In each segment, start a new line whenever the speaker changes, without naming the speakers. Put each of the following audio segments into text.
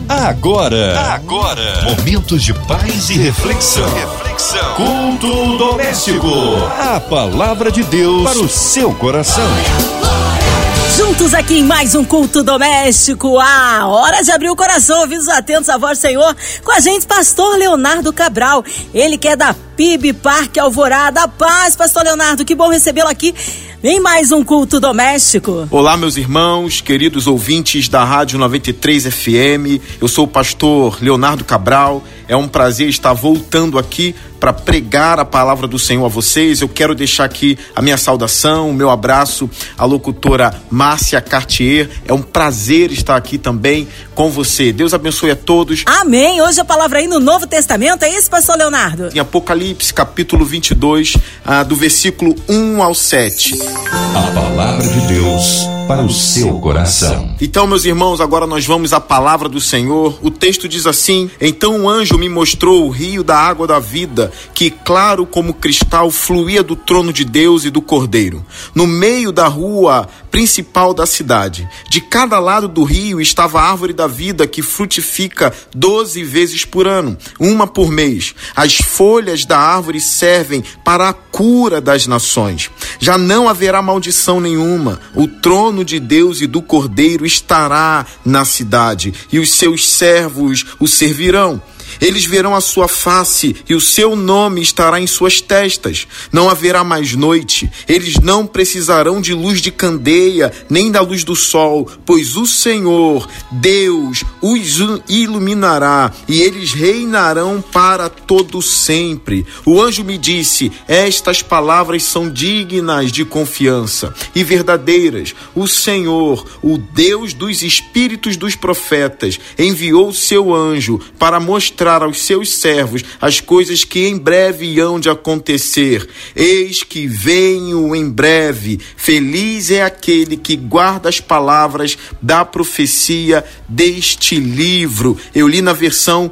Agora, momentos de paz e reflexão. Culto doméstico. A palavra de Deus para o seu coração.
Juntos aqui em mais um culto doméstico. Hora de abrir o coração, ouvidos atentos à voz do Senhor. Com a gente, pastor Leonardo Cabral. Ele que é da PIB Parque Alvorada. Paz, pastor Leonardo, que bom recebê-lo aqui em mais um culto doméstico.
Olá, meus irmãos, queridos ouvintes da Rádio 93 FM. Eu sou o pastor Leonardo Cabral. É um prazer estar voltando aqui para pregar a palavra do Senhor a vocês. Eu quero deixar aqui a minha saudação, o meu abraço à locutora Márcia Cartier. É um prazer estar aqui também com você. Deus abençoe a todos.
Amém. Hoje a palavra aí no Novo Testamento, é isso, pastor Leonardo?
Em Apocalipse, capítulo 22, do versículo 1 ao 7.
A palavra de Deus para o seu coração.
Então, meus irmãos, agora nós vamos à palavra do Senhor. O texto diz assim: então um anjo me mostrou o rio da água da vida, que claro como cristal fluía do trono de Deus e do Cordeiro, no meio da rua principal da cidade. De cada lado do rio estava a árvore da vida, que frutifica 12 vezes por ano, uma por mês. As folhas da árvore servem para a cura das nações. Já não haverá maldição nenhuma. O trono de Deus e do Cordeiro estará na cidade, e os seus servos o servirão. Eles verão a sua face e o seu nome estará em suas testas. Não haverá mais noite. Eles não precisarão de luz de candeia, nem da luz do sol, pois o Senhor, Deus, os iluminará e eles reinarão para todo sempre. O anjo me disse: estas palavras são dignas de confiança e verdadeiras. O Senhor, o Deus dos espíritos dos profetas, enviou seu anjo para mostrar aos seus servos as coisas que em breve hão de acontecer. Eis que venho em breve. Feliz é aquele que guarda as palavras da profecia deste livro. Eu li na versão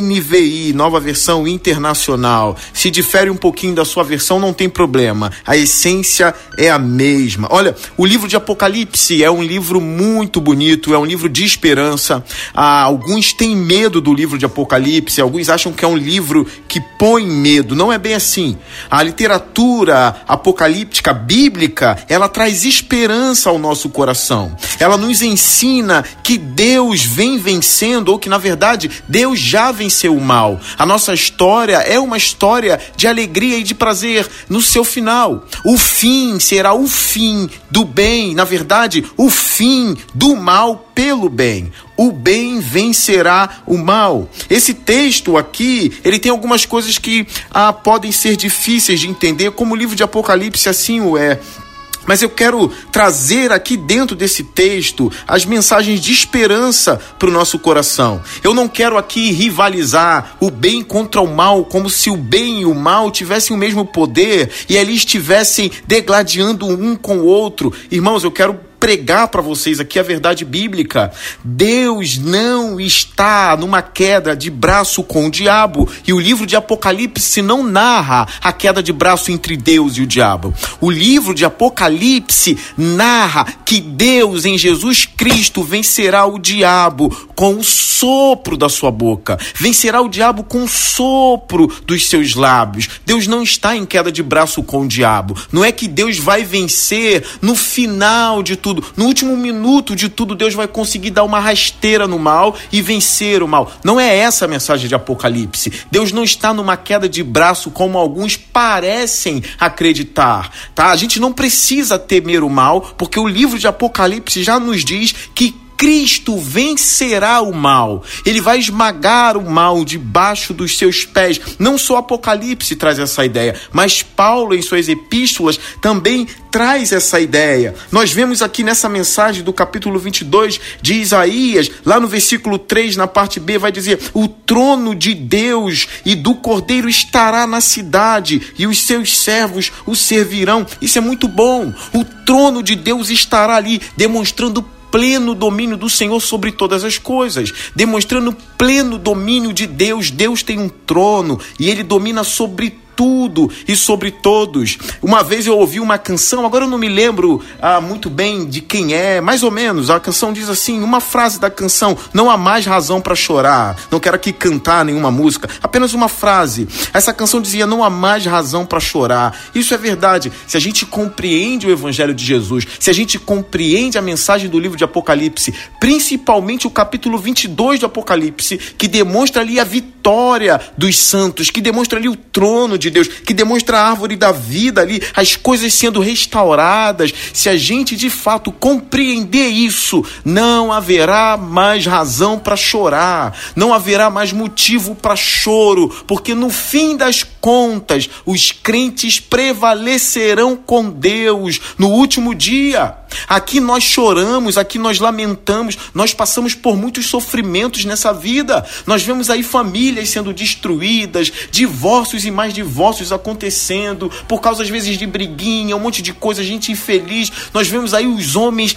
NVI, Nova Versão Internacional. Se difere um pouquinho da sua versão, não tem problema. A essência é a mesma. Olha, o livro de Apocalipse é um livro muito bonito, é um livro de esperança. Alguns têm medo do livro de Apocalipse, alguns acham que é um livro que põe medo. Não é bem assim. A literatura apocalíptica, bíblica, ela traz esperança ao nosso coração. Ela nos ensina que Deus vem vencendo, ou que, na verdade, Deus já venceu o mal. A nossa história é uma história de alegria e de prazer no seu final. O fim será o fim do bem, na verdade, o fim do mal pelo bem. O bem vencerá o mal. Esse texto aqui, ele tem algumas coisas que podem ser difíceis de entender, como o livro de Apocalipse assim o é. Mas eu quero trazer aqui dentro desse texto as mensagens de esperança para o nosso coração. Eu não quero aqui rivalizar o bem contra o mal, como se o bem e o mal tivessem o mesmo poder e ali estivessem degladiando um com o outro. Irmãos, eu quero pregar para vocês aqui a verdade bíblica. Deus não está numa queda de braço com o diabo, e o livro de Apocalipse não narra a queda de braço entre Deus e o diabo. O livro de Apocalipse narra que Deus em Jesus Cristo vencerá o diabo com o sopro da sua boca, vencerá o diabo com o sopro dos seus lábios. Deus não está em queda de braço com o diabo. Não é que Deus vai vencer no final de tudo. No último minuto de tudo, Deus vai conseguir dar uma rasteira no mal e vencer o mal. Não é essa a mensagem de Apocalipse. Deus não está numa queda de braço como alguns parecem acreditar, tá? A gente não precisa temer o mal, porque o livro de Apocalipse já nos diz que Cristo vencerá o mal. Ele vai esmagar o mal debaixo dos seus pés. Não só Apocalipse traz essa ideia, mas Paulo, em suas epístolas, também traz essa ideia. Nós vemos aqui nessa mensagem do capítulo 22 de Isaías, lá no versículo 3, na parte B, vai dizer: o trono de Deus e do Cordeiro estará na cidade, e os seus servos o servirão. Isso é muito bom. O trono de Deus estará ali, demonstrando pleno domínio do Senhor sobre todas as coisas, demonstrando pleno domínio de Deus. Deus tem um trono e Ele domina sobre tudo e sobre todos. Uma vez eu ouvi uma canção, agora eu não me lembro muito bem de quem é, mais ou menos. A canção diz assim, uma frase da canção: não há mais razão para chorar. Não quero aqui cantar nenhuma música, apenas uma frase. Essa canção dizia: não há mais razão para chorar. Isso é verdade. Se a gente compreende o Evangelho de Jesus, se a gente compreende a mensagem do livro de Apocalipse, principalmente o capítulo 22 do Apocalipse, que demonstra ali a vitória dos santos, que demonstra ali o trono de Deus, que demonstra a árvore da vida ali, as coisas sendo restauradas. Se a gente de fato compreender isso, não haverá mais razão para chorar, não haverá mais motivo para choro, porque no fim das contas, os crentes prevalecerão com Deus no último dia. Aqui nós choramos, aqui nós lamentamos, nós passamos por muitos sofrimentos nessa vida. Nós vemos aí famílias sendo destruídas, divórcios e mais divórcios acontecendo, por causa às vezes de briguinha, um monte de coisa, gente infeliz. Nós vemos aí os homens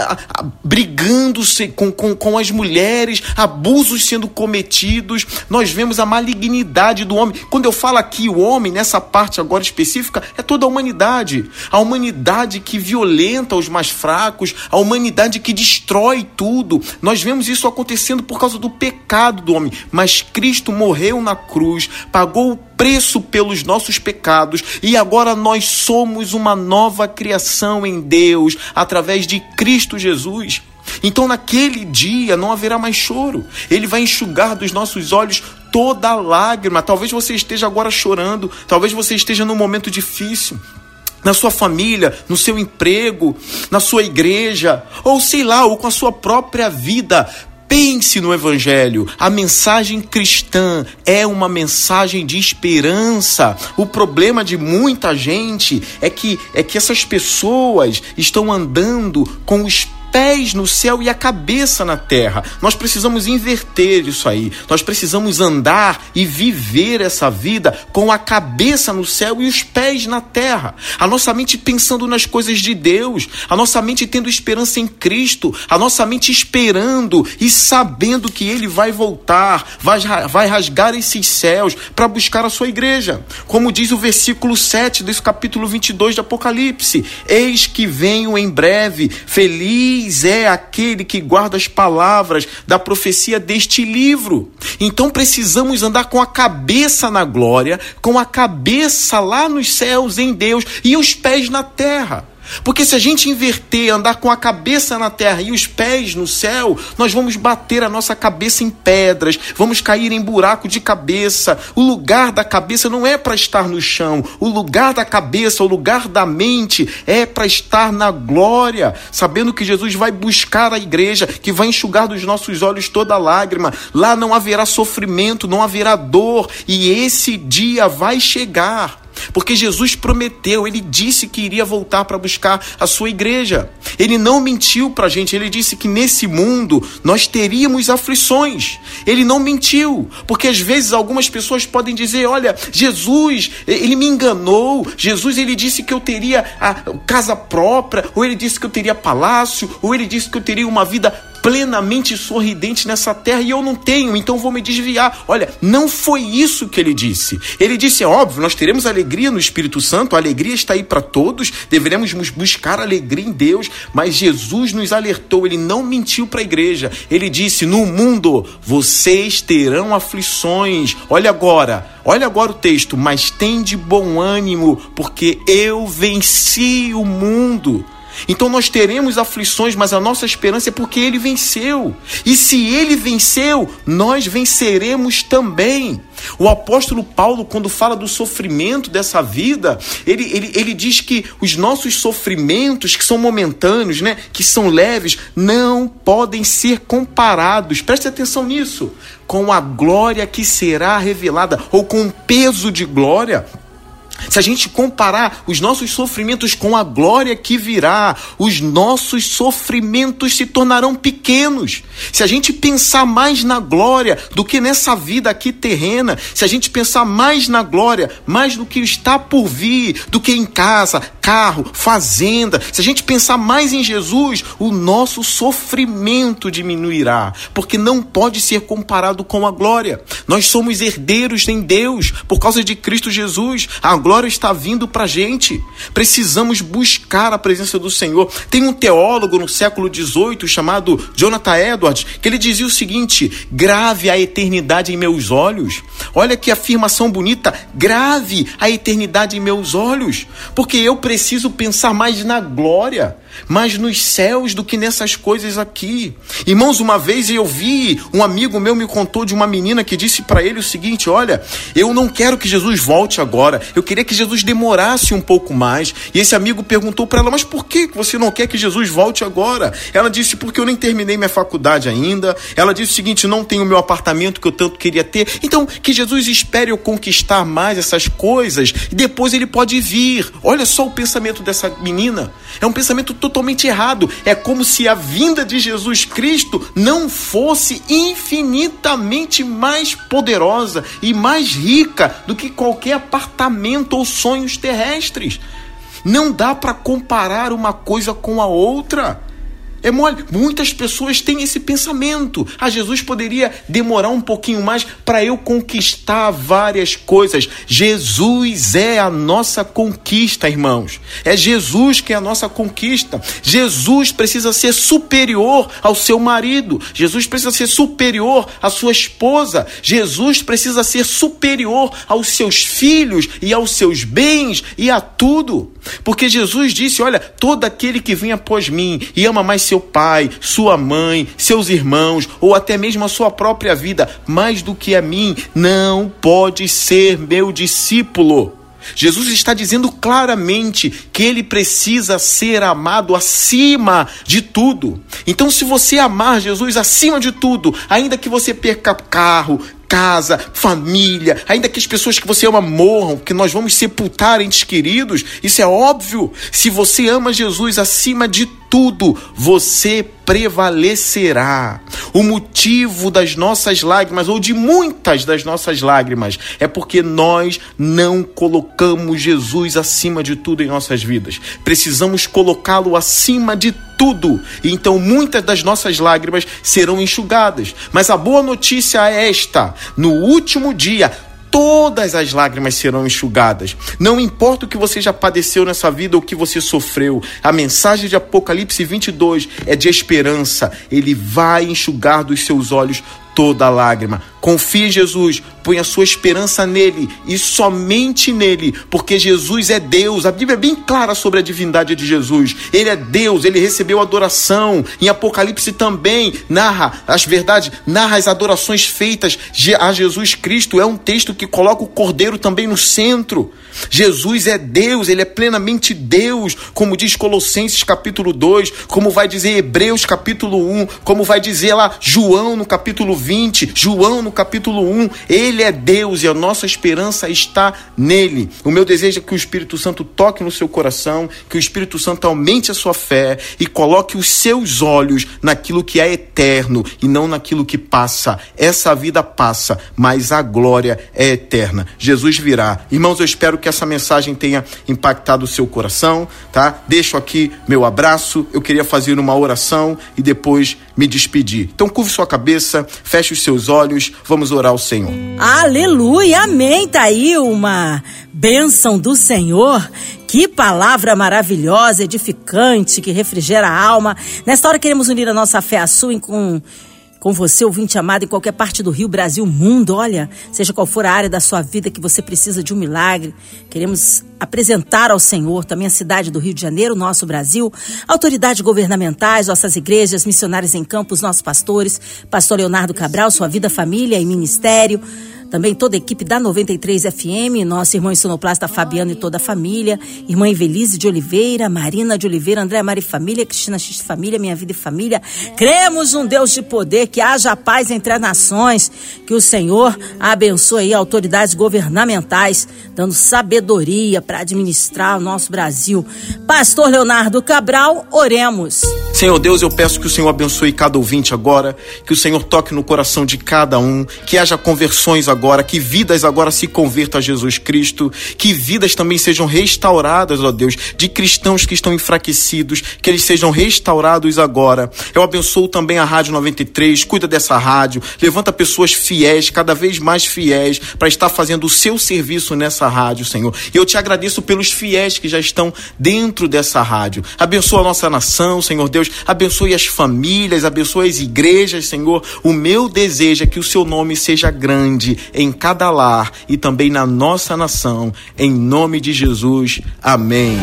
brigando-se com as mulheres, abusos sendo cometidos. Nós vemos a malignidade do homem. Quando eu falo aqui o homem, nessa parte agora específica, é toda a humanidade. A humanidade que violenta os mais fracos, a humanidade que destrói tudo. Nós vemos isso acontecendo por causa do pecado do homem, mas Cristo morreu na cruz, pagou o preço pelos nossos pecados e agora nós somos uma nova criação em Deus, através de Cristo Jesus. Então naquele dia não haverá mais choro. Ele vai enxugar dos nossos olhos toda lágrima. Talvez você esteja agora chorando, talvez você esteja num momento difícil, na sua família, no seu emprego, na sua igreja, ou sei lá, ou com a sua própria vida. Pense no Evangelho. A mensagem cristã é uma mensagem de esperança. O problema de muita gente é que essas pessoas estão andando com os pés no céu e a cabeça na terra. Nós precisamos inverter isso aí. Nós precisamos andar e viver essa vida com a cabeça no céu e os pés na terra. A nossa mente pensando nas coisas de Deus, a nossa mente tendo esperança em Cristo, a nossa mente esperando e sabendo que Ele vai voltar, vai rasgar esses céus para buscar a sua igreja. Como diz o versículo 7 desse capítulo 22 de Apocalipse: eis que venho em breve, feliz é aquele que guarda as palavras da profecia deste livro. Então precisamos andar com a cabeça na glória, com a cabeça lá nos céus em Deus e os pés na terra. Porque se a gente inverter, andar com a cabeça na terra e os pés no céu, nós vamos bater a nossa cabeça em pedras, vamos cair em buraco de cabeça. O lugar da cabeça não é para estar no chão. O lugar da cabeça, o lugar da mente é para estar na glória, sabendo que Jesus vai buscar a igreja, que vai enxugar dos nossos olhos toda lágrima. Lá não haverá sofrimento, não haverá dor, e esse dia vai chegar. Porque Jesus prometeu, Ele disse que iria voltar para buscar a sua igreja. Ele não mentiu para a gente, Ele disse que nesse mundo nós teríamos aflições. Ele não mentiu, porque às vezes algumas pessoas podem dizer: olha, Jesus, Ele me enganou. Jesus, Ele disse que eu teria a casa própria, ou Ele disse que eu teria palácio, ou Ele disse que eu teria uma vida plenamente sorridente nessa terra e eu não tenho, então vou me desviar. Olha, não foi isso que Ele disse. Ele disse: é óbvio, nós teremos alegria no Espírito Santo, a alegria está aí para todos, deveremos buscar alegria em Deus, mas Jesus nos alertou, Ele não mentiu para a igreja. Ele disse: no mundo vocês terão aflições. Olha agora o texto: mas tende bom ânimo, porque eu venci o mundo. Então nós teremos aflições, mas a nossa esperança é porque Ele venceu. E se Ele venceu, nós venceremos também. O apóstolo Paulo, quando fala do sofrimento dessa vida, ele diz que os nossos sofrimentos, que são momentâneos, né, que são leves, não podem ser comparados, preste atenção nisso, com a glória que será revelada, ou com o peso de glória Se a gente comparar os nossos sofrimentos com a glória que virá, os nossos sofrimentos se tornarão pequenos. Se a gente pensar mais na glória do que nessa vida aqui terrena, se a gente pensar mais na glória, mais do que está por vir, do que em casa, carro, fazenda, se a gente pensar mais em Jesus, o nosso sofrimento diminuirá, porque não pode ser comparado com a glória. Nós somos herdeiros em Deus, por causa de Cristo Jesus. A glória está vindo para a gente. Precisamos buscar a presença do Senhor. Tem um teólogo no século XVIII chamado Jonathan Edwards, que ele dizia o seguinte: grave a eternidade em meus olhos. Olha que afirmação bonita: grave a eternidade em meus olhos, porque eu preciso pensar mais na glória, mais nos céus do que nessas coisas aqui. Irmãos, uma vez eu vi, um amigo meu me contou de uma menina que disse para ele o seguinte: olha, eu não quero que Jesus volte agora, eu queria que Jesus demorasse um pouco mais. E esse amigo perguntou para ela: mas por que você não quer que Jesus volte agora? Ela disse: porque eu nem terminei minha faculdade ainda. Ela disse o seguinte: não tenho meu apartamento que eu tanto queria ter, então que Jesus espere eu conquistar mais essas coisas e depois ele pode vir. Olha só o pensamento dessa menina, é um pensamento totalmente errado. É como se a vinda de Jesus Cristo não fosse infinitamente mais poderosa e mais rica do que qualquer apartamento ou sonhos terrestres. Não dá para comparar uma coisa com a outra. É mole. Muitas pessoas têm esse pensamento: Jesus poderia demorar um pouquinho mais para eu conquistar várias coisas. Jesus é a nossa conquista, irmãos. É Jesus que é a nossa conquista. Jesus precisa ser superior ao seu marido. Jesus precisa ser superior à sua esposa. Jesus precisa ser superior aos seus filhos e aos seus bens e a tudo. Porque Jesus disse: olha, todo aquele que vem após mim e ama mais seu pai, sua mãe, seus irmãos, ou até mesmo a sua própria vida, mais do que a mim, não pode ser meu discípulo. Jesus está dizendo claramente que ele precisa ser amado acima de tudo. Então, se você amar Jesus acima de tudo, ainda que você perca carro, casa, família, ainda que as pessoas que você ama morram, que nós vamos sepultar entes queridos, isso é óbvio. Se você ama Jesus acima de tudo, você prevalecerá. O motivo das nossas lágrimas, ou de muitas das nossas lágrimas, é porque nós não colocamos Jesus acima de tudo em nossas vidas. Precisamos colocá-lo acima de tudo. Então muitas das nossas lágrimas serão enxugadas. Mas a boa notícia é esta: no último dia, todas as lágrimas serão enxugadas. Não importa o que você já padeceu nessa vida ou o que você sofreu, a mensagem de Apocalipse 22 é de esperança. Ele vai enxugar dos seus olhos toda lágrima. Confie em Jesus, põe a sua esperança nele e somente nele, porque Jesus é Deus. A Bíblia é bem clara sobre a divindade de Jesus. Ele é Deus, ele recebeu adoração. Em Apocalipse também narra as verdades, narra as adorações feitas a Jesus Cristo. É um texto que coloca o Cordeiro também no centro. Jesus é Deus, ele é plenamente Deus, como diz Colossenses capítulo 2, como vai dizer Hebreus capítulo 1, como vai dizer lá João no capítulo 20, João no capítulo 1, ele é Deus e a nossa esperança está nele. O meu desejo é que o Espírito Santo toque no seu coração, que o Espírito Santo aumente a sua fé e coloque os seus olhos naquilo que é eterno e não naquilo que passa. Essa vida passa, mas a glória é eterna. Jesus virá. Irmãos, eu espero que essa mensagem tenha impactado o seu coração, tá? Deixo aqui meu abraço. Eu queria fazer uma oração e depois me despedir. Então curve sua cabeça, feche os seus olhos, vamos orar ao Senhor.
Aleluia, amém. Tá aí uma bênção do Senhor. Que palavra maravilhosa, edificante, que refrigera a alma. Nesta hora queremos unir a nossa fé à sua com você, ouvinte amado, em qualquer parte do Rio, Brasil, mundo. Olha, seja qual for a área da sua vida que você precisa de um milagre, queremos apresentar ao Senhor também a cidade do Rio de Janeiro, nosso Brasil, autoridades governamentais, nossas igrejas, missionários em campo, os nossos pastores, pastor Leonardo Cabral, sua vida, família e ministério, também toda a equipe da 93 FM, nosso irmão sonoplasta Fabiano e toda a família, irmã Evelise de Oliveira, Marina de Oliveira, André Mari Família, Cristina X Família, Minha Vida e Família. Cremos num Deus de poder, que haja paz entre as nações, que o Senhor abençoe autoridades governamentais, dando sabedoria para administrar o nosso Brasil. Pastor Leonardo Cabral, oremos.
Senhor Deus, eu peço que o Senhor abençoe cada ouvinte agora, que o Senhor toque no coração de cada um, que haja conversões agora, que vidas agora se convertam a Jesus Cristo, que vidas também sejam restauradas, ó Deus, de cristãos que estão enfraquecidos, que eles sejam restaurados agora. Eu abençoo também a Rádio 93, cuida dessa rádio, levanta pessoas fiéis, cada vez mais fiéis, para estar fazendo o seu serviço nessa rádio, Senhor. E eu te agradeço pelos fiéis que já estão dentro dessa rádio. Abençoa a nossa nação, Senhor Deus, abençoe as famílias, abençoe as igrejas, Senhor. O meu desejo é que o seu nome seja grande em cada lar e também na nossa nação, em nome de Jesus, amém.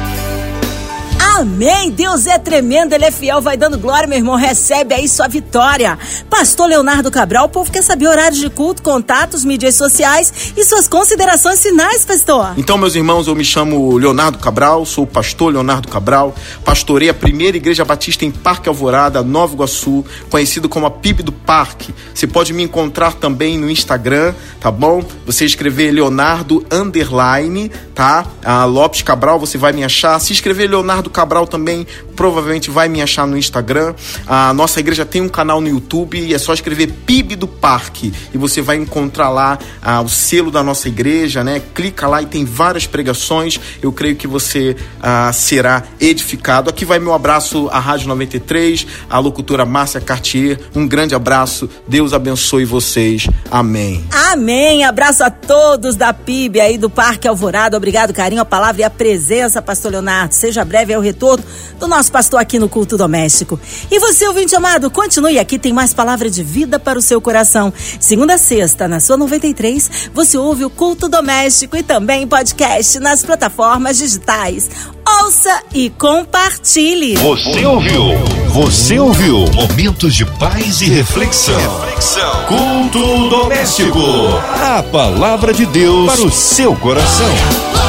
Amém, Deus é tremendo, Ele é fiel, vai dando glória, meu irmão, recebe aí sua vitória. Pastor Leonardo Cabral, o povo quer saber horários de culto, contatos, mídias sociais e suas considerações finais, pastor.
Então, meus irmãos, eu me chamo Leonardo Cabral, sou o pastor Leonardo Cabral, pastorei a primeira igreja batista em Parque Alvorada, Nova Iguaçu, conhecido como a PIB do Parque. Você pode me encontrar também no Instagram, tá bom? Você escrever Leonardo _ tá? Lopes Cabral, você vai me achar. Se escrever Leonardo Cabral também, provavelmente vai me achar no Instagram. A nossa igreja tem um canal no YouTube, é só escrever PIB do Parque e você vai encontrar lá o selo da nossa igreja, né? Clica lá e tem várias pregações. Eu creio que você será edificado. Aqui vai meu abraço à Rádio 93, à locutora Márcia Cartier. Um grande abraço, Deus abençoe vocês, amém.
Amém, abraço a todos da PIB aí do Parque Alvorada, obrigado, carinho, a palavra e a presença, pastor Leonardo, seja breve ao retorno do nosso pastor aqui no Culto Doméstico. E você, ouvinte amado, continue aqui, tem mais palavra de vida para o seu coração. Segunda a sexta, na sua 93, você ouve o Culto Doméstico e também podcast nas plataformas digitais. Ouça e compartilhe.
Você ouviu Momentos de Paz e Reflexão. Culto Doméstico. A palavra de Deus para o seu coração.